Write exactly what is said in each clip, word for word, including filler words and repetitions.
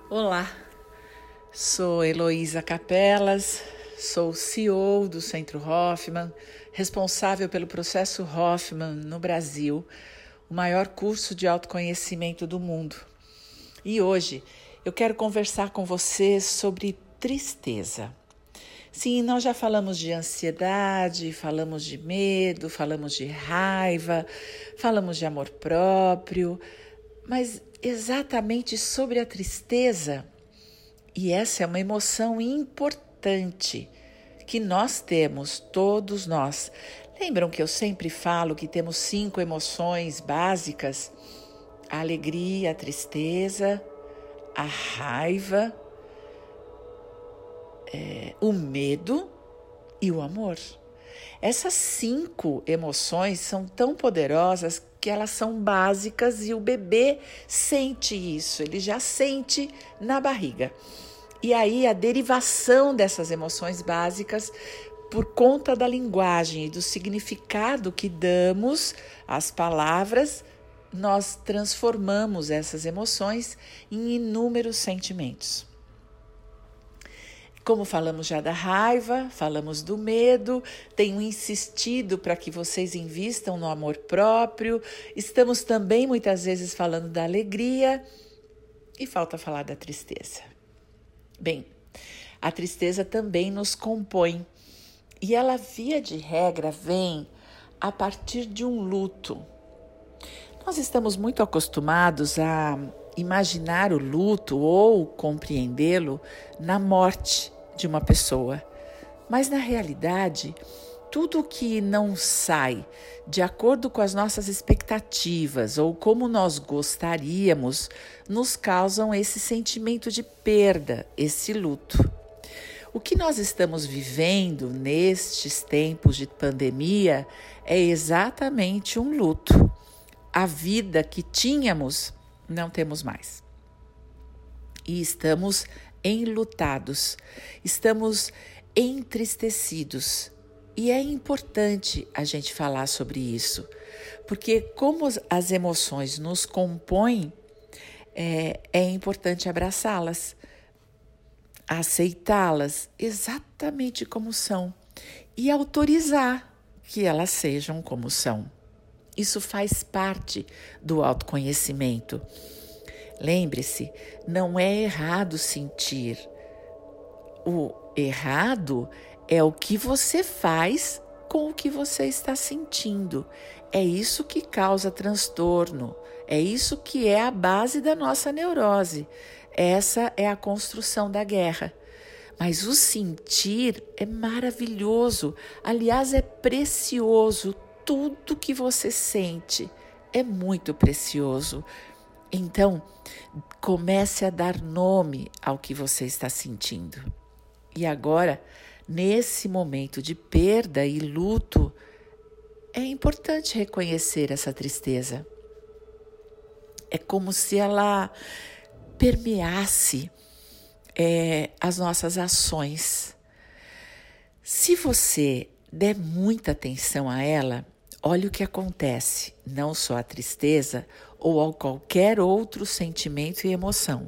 Olá, sou Heloísa Capelas, sou C E O do Centro Hoffman, responsável pelo processo Hoffman no Brasil, o maior curso de autoconhecimento do mundo. E hoje eu quero conversar com você sobre tristeza. Sim, nós já falamos de ansiedade, falamos de medo, falamos de raiva, falamos de amor próprio, mas exatamente sobre a tristeza, e essa é uma emoção importante que nós temos, todos nós. Lembram que eu sempre falo que temos cinco emoções básicas? A alegria, a tristeza, a raiva, é, o medo e o amor. Essas cinco emoções são tão poderosas que elas são básicas e o bebê sente isso, ele já sente na barriga. E aí a derivação dessas emoções básicas, por conta da linguagem e do significado que damos às palavras, nós transformamos essas emoções em inúmeros sentimentos. Como falamos já da raiva, falamos do medo, tenho insistido para que vocês invistam no amor próprio, estamos também muitas vezes falando da alegria e falta falar da tristeza. Bem, a tristeza também nos compõe e ela, via de regra, vem a partir de um luto. Nós estamos muito acostumados a imaginar o luto ou compreendê-lo na morte de uma pessoa, mas na realidade, tudo que não sai de acordo com as nossas expectativas ou como nós gostaríamos, nos causam esse sentimento de perda, esse luto. O que nós estamos vivendo nestes tempos de pandemia é exatamente um luto. A vida que tínhamos, não temos mais. E estamos enlutados, estamos entristecidos. E é importante a gente falar sobre isso, porque como as emoções nos compõem, é, é importante abraçá-las, aceitá-las exatamente como são e autorizar que elas sejam como são. Isso faz parte do autoconhecimento. Lembre-se, não é errado sentir. O errado é o que você faz com o que você está sentindo. É isso que causa transtorno. É isso que é a base da nossa neurose. Essa é a construção da guerra. Mas o sentir é maravilhoso. Aliás, é precioso. Tudo que você sente é muito precioso. Então, comece a dar nome ao que você está sentindo. E agora, nesse momento de perda e luto, é importante reconhecer essa tristeza. É como se ela permeasse é, as nossas ações. Se você der muita atenção a ela, olha o que acontece, não só a tristeza ou a qualquer outro sentimento e emoção.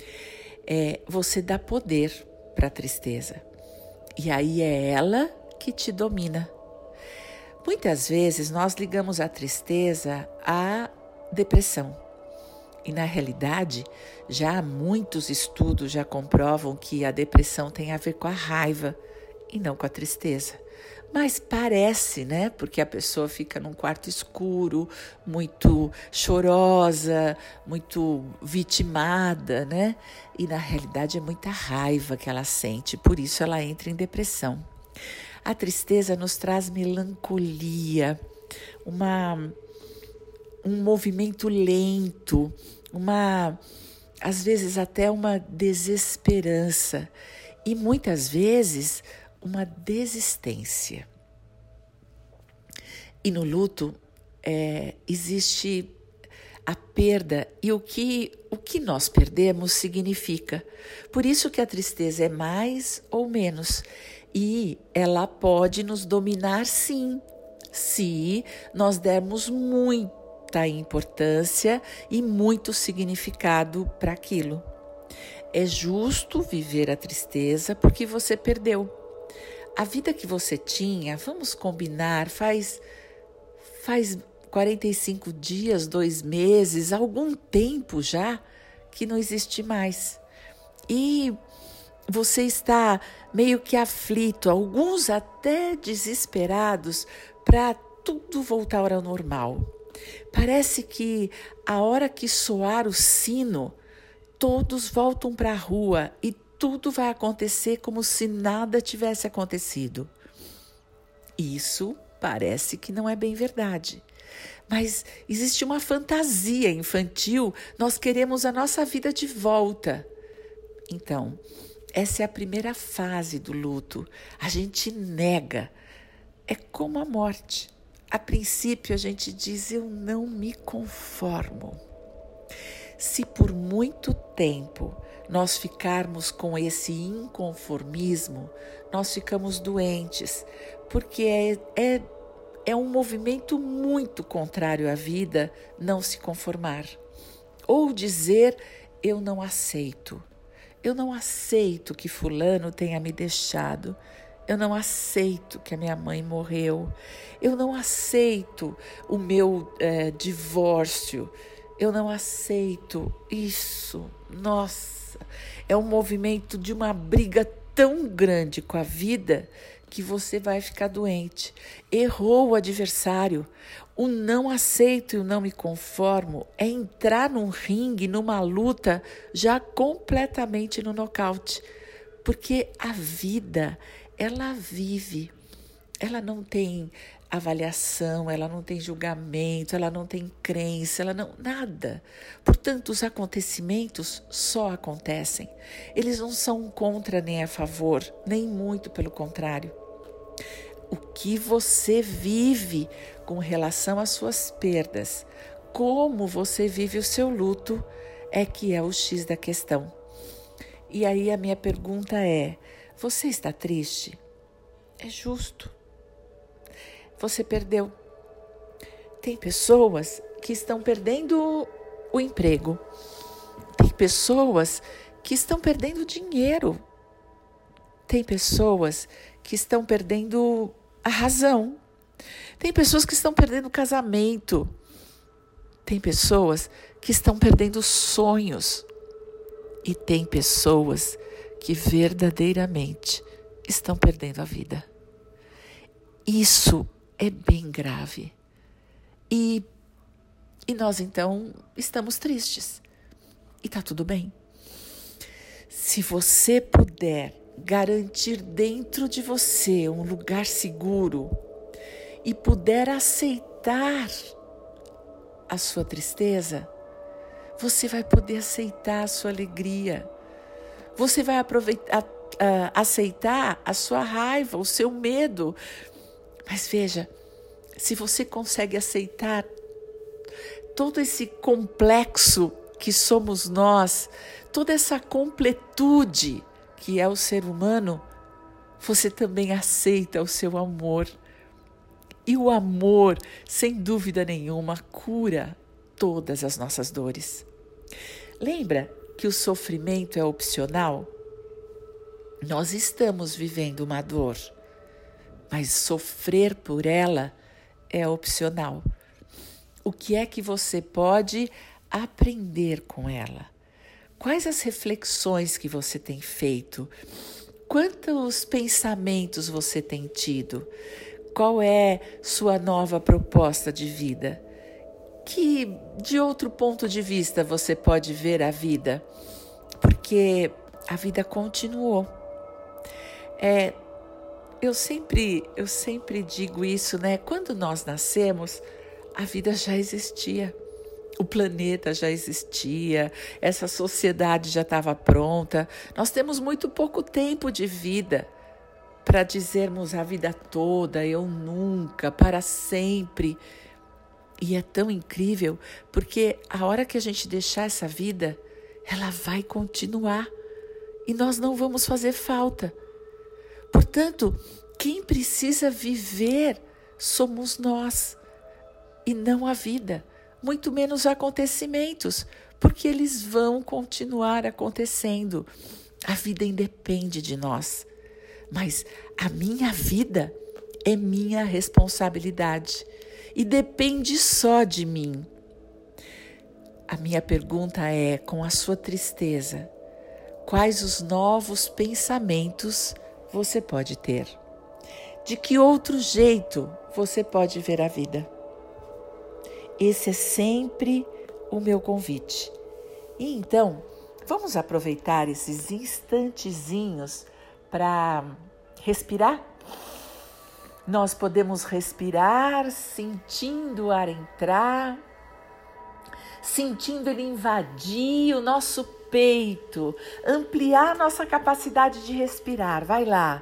É, você dá poder para a tristeza. E aí é ela que te domina. Muitas vezes nós ligamos a tristeza à depressão. E na realidade, já muitos estudos já comprovam que a depressão tem a ver com a raiva e não com a tristeza. Mas parece, né? Porque a pessoa fica num quarto escuro, muito chorosa, muito vitimada, né? E na realidade é muita raiva que ela sente, por isso ela entra em depressão. A tristeza nos traz melancolia, uma, um movimento lento, uma, às vezes até uma desesperança e muitas vezes uma desistência. E no luto é, existe a perda e o que, o que nós perdemos significa. Por isso que a tristeza é mais ou menos. E ela pode nos dominar sim, se nós dermos muita importância e muito significado para aquilo. É justo viver a tristeza porque você perdeu. A vida que você tinha, vamos combinar, faz, faz quarenta e cinco dias, dois meses, algum tempo já que não existe mais. E você está meio que aflito, alguns até desesperados para tudo voltar ao normal. Parece que a hora que soar o sino, todos voltam para a rua e tudo vai acontecer como se nada tivesse acontecido. Isso parece que não é bem verdade. Mas existe uma fantasia infantil, nós queremos a nossa vida de volta. Então, essa é a primeira fase do luto. A gente nega. É como a morte. A princípio a gente diz, eu não me conformo. Se por muito tempo nós ficarmos com esse inconformismo, nós ficamos doentes, porque é, é, é um movimento muito contrário à vida não se conformar. Ou dizer, eu não aceito. Eu não aceito que fulano tenha me deixado. Eu não aceito que a minha mãe morreu. Eu não aceito o meu é, divórcio. Eu não aceito isso. Nossa, é um movimento de uma briga tão grande com a vida que você vai ficar doente. Errou o adversário. O não aceito e o não me conformo é entrar num ringue, numa luta, já completamente no nocaute. Porque a vida, ela vive, ela não tem avaliação, ela não tem julgamento, ela não tem crença, ela não, nada. Portanto, os acontecimentos só acontecem. Eles não são contra nem a favor, nem muito pelo contrário. O que você vive com relação às suas perdas, como você vive o seu luto, é que é o X da questão. E aí a minha pergunta é, você está triste? É justo. Você perdeu. Tem pessoas que estão perdendo o emprego. Tem pessoas que estão perdendo dinheiro. Tem pessoas que estão perdendo a razão. Tem pessoas que estão perdendo o casamento. Tem pessoas que estão perdendo sonhos. E tem pessoas que verdadeiramente estão perdendo a vida. Isso é bem grave. E, e nós, então, estamos tristes. E está tudo bem. Se você puder garantir dentro de você um lugar seguro e puder aceitar a sua tristeza, você vai poder aceitar a sua alegria. Você vai aproveitar, uh, aceitar a sua raiva, o seu medo. Mas veja, se você consegue aceitar todo esse complexo que somos nós, toda essa completude que é o ser humano, você também aceita o seu amor. E o amor, sem dúvida nenhuma, cura todas as nossas dores. Lembra que o sofrimento é opcional? Nós estamos vivendo uma dor, mas sofrer por ela é opcional. O que é que você pode aprender com ela? Quais as reflexões que você tem feito? Quantos pensamentos você tem tido? Qual é sua nova proposta de vida? Que, de outro ponto de vista, você pode ver a vida? Porque a vida continuou. É, eu sempre, eu sempre digo isso, né? Quando nós nascemos, a vida já existia. O planeta já existia, essa sociedade já estava pronta. Nós temos muito pouco tempo de vida para dizermos a vida toda, eu nunca, para sempre. E é tão incrível, porque a hora que a gente deixar essa vida, ela vai continuar e nós não vamos fazer falta. Portanto, quem precisa viver somos nós e não a vida. Muito menos acontecimentos, porque eles vão continuar acontecendo. A vida independe de nós, mas a minha vida é minha responsabilidade e depende só de mim. A minha pergunta é, com a sua tristeza, quais os novos pensamentos você pode ter? De que outro jeito você pode ver a vida? Esse é sempre o meu convite. E então, vamos aproveitar esses instantezinhos para respirar? Nós podemos respirar sentindo o ar entrar, sentindo ele invadir o nosso peito, ampliar nossa capacidade de respirar. Vai lá.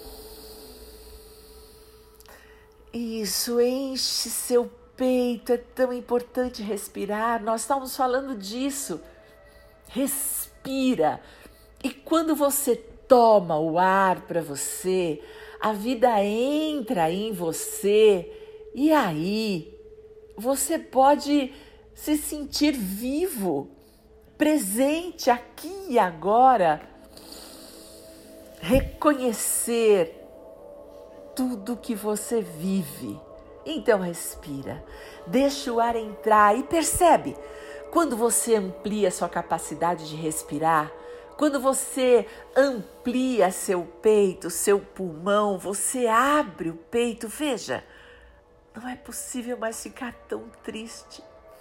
Isso, enche seu peito, é tão importante respirar. Nós estamos falando disso. Respira. E quando você toma o ar para você, a vida entra em você e aí você pode se sentir vivo, presente aqui e agora, reconhecer tudo que você vive. Então respira, deixa o ar entrar e percebe, quando você amplia sua capacidade de respirar, quando você amplia seu peito, seu pulmão, você abre o peito, veja, não é possível mais ficar tão triste.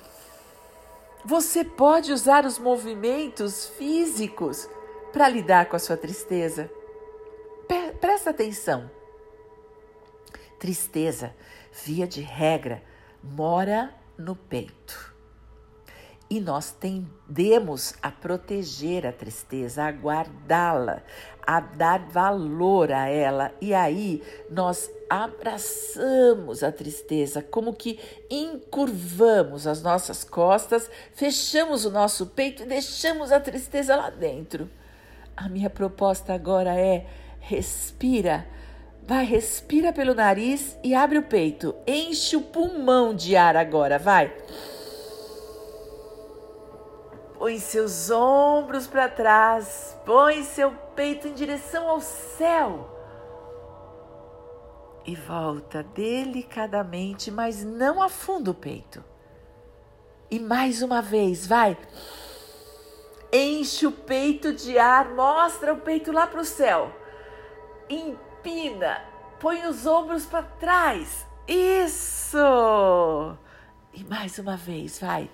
Você pode usar os movimentos físicos para lidar com a sua tristeza. Presta atenção. Tristeza, via de regra, mora no peito. E nós tendemos a proteger a tristeza, a guardá-la, a dar valor a ela. E aí nós abraçamos a tristeza, como que encurvamos as nossas costas, fechamos o nosso peito e deixamos a tristeza lá dentro. A minha proposta agora é: respira. Vai, respira pelo nariz e abre o peito. Enche o pulmão de ar agora, vai. Põe seus ombros para trás. Põe seu peito em direção ao céu. E volta delicadamente, mas não afunda o peito. E mais uma vez, vai. Enche o peito de ar. Mostra o peito lá para o céu. Empina, põe os ombros para trás. Isso! E mais uma vez, vai.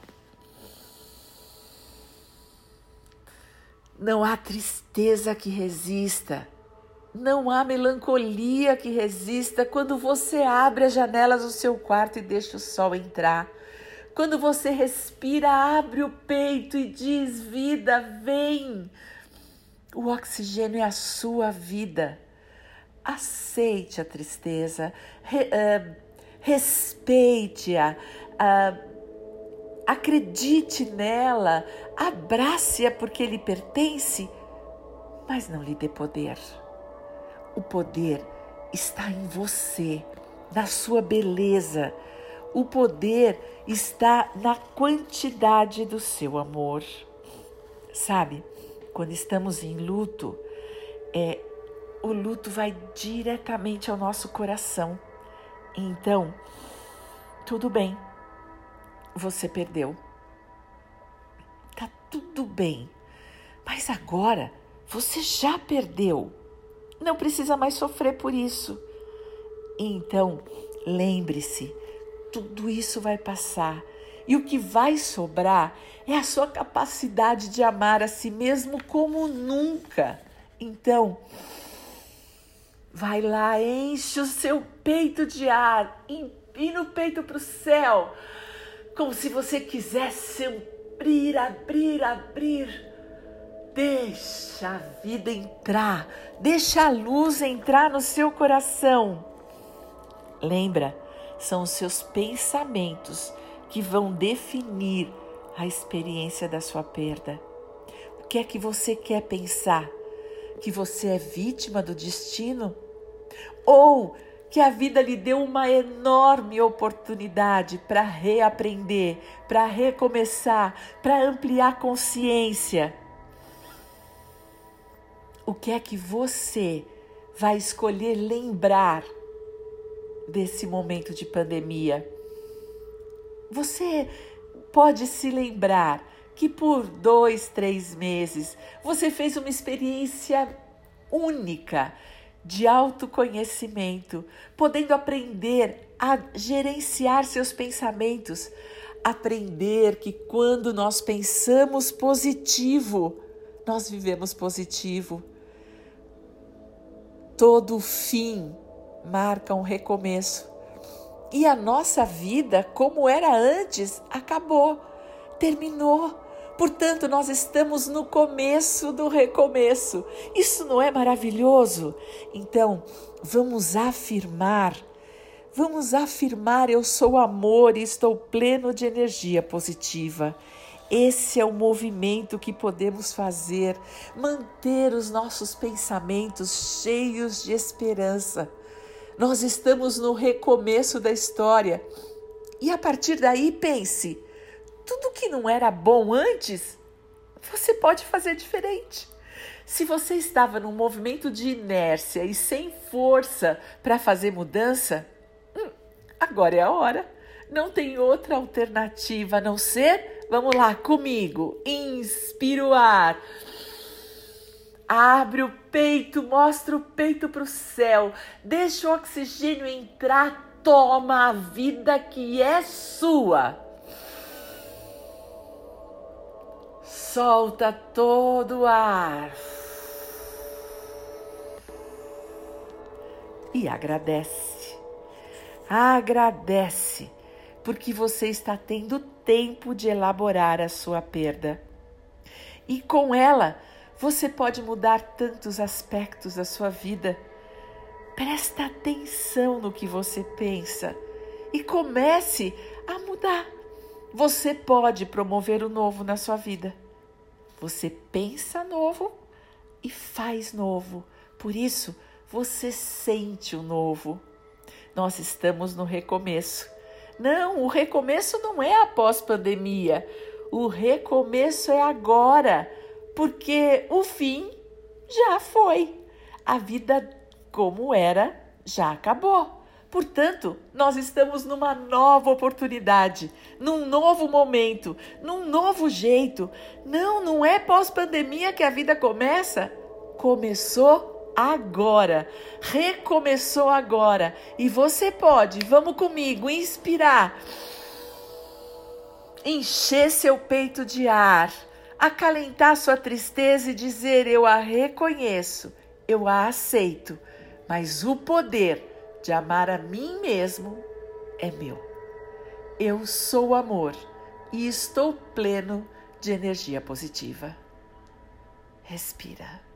Não há tristeza que resista. Não há melancolia que resista quando você abre as janelas do seu quarto e deixa o sol entrar. Quando você respira, abre o peito e diz: vida, vem. O oxigênio é a sua vida. Aceite a tristeza, re, uh, respeite-a, uh, acredite nela, abrace-a porque lhe pertence, mas não lhe dê poder. O poder está em você, na sua beleza. O poder está na quantidade do seu amor. Sabe, quando estamos em luto, é o luto vai diretamente ao nosso coração. Então, tudo bem, você perdeu. Tá tudo bem, mas agora você já perdeu. Não precisa mais sofrer por isso. Então, lembre-se, tudo isso vai passar. E o que vai sobrar é a sua capacidade de amar a si mesmo como nunca. Então, vai lá, enche o seu peito de ar, empina o peito para o céu, como se você quisesse abrir, abrir, abrir. Deixa a vida entrar, deixa a luz entrar no seu coração. Lembra, são os seus pensamentos que vão definir a experiência da sua perda. O que é que você quer pensar? Que você é vítima do destino? Ou que a vida lhe deu uma enorme oportunidade para reaprender, para recomeçar, para ampliar consciência. O que é que você vai escolher lembrar desse momento de pandemia? Você pode se lembrar que por dois, três meses você fez uma experiência única de autoconhecimento, podendo aprender a gerenciar seus pensamentos, aprender que quando nós pensamos positivo, nós vivemos positivo. Todo fim marca um recomeço. E a nossa vida, como era antes, acabou, terminou. Portanto, nós estamos no começo do recomeço. Isso não é maravilhoso? Então, vamos afirmar, vamos afirmar, eu sou amor e estou pleno de energia positiva. Esse é o movimento que podemos fazer, manter os nossos pensamentos cheios de esperança. Nós estamos no recomeço da história. E a partir daí, pense, tudo que não era bom antes, você pode fazer diferente. Se você estava num movimento de inércia e sem força para fazer mudança, hum, agora é a hora. Não tem outra alternativa a não ser, vamos lá comigo, inspira o ar. Abre o peito, mostra o peito para o céu, deixa o oxigênio entrar, toma a vida que é sua. Solta todo o ar. E agradece. Agradece, porque você está tendo tempo de elaborar a sua perda. E com ela, você pode mudar tantos aspectos da sua vida. Presta atenção no que você pensa e comece a mudar. Você pode promover o novo na sua vida. Você pensa novo e faz novo. Por isso, você sente o novo. Nós estamos no recomeço. Não, o recomeço não é após pandemia. O recomeço é agora. Porque o fim já foi. A vida como era já acabou. Portanto, nós estamos numa nova oportunidade, num novo momento, num novo jeito. Não, não é pós-pandemia que a vida começa. Começou agora. Recomeçou agora. E você pode, vamos comigo, inspirar. Encher seu peito de ar. Acalentar sua tristeza e dizer, eu a reconheço, eu a aceito, mas o poder de amar a mim mesmo é meu. Eu sou amor e estou pleno de energia positiva. Respira.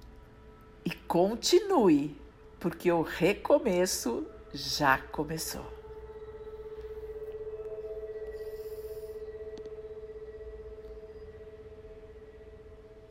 E continue, porque o recomeço já começou.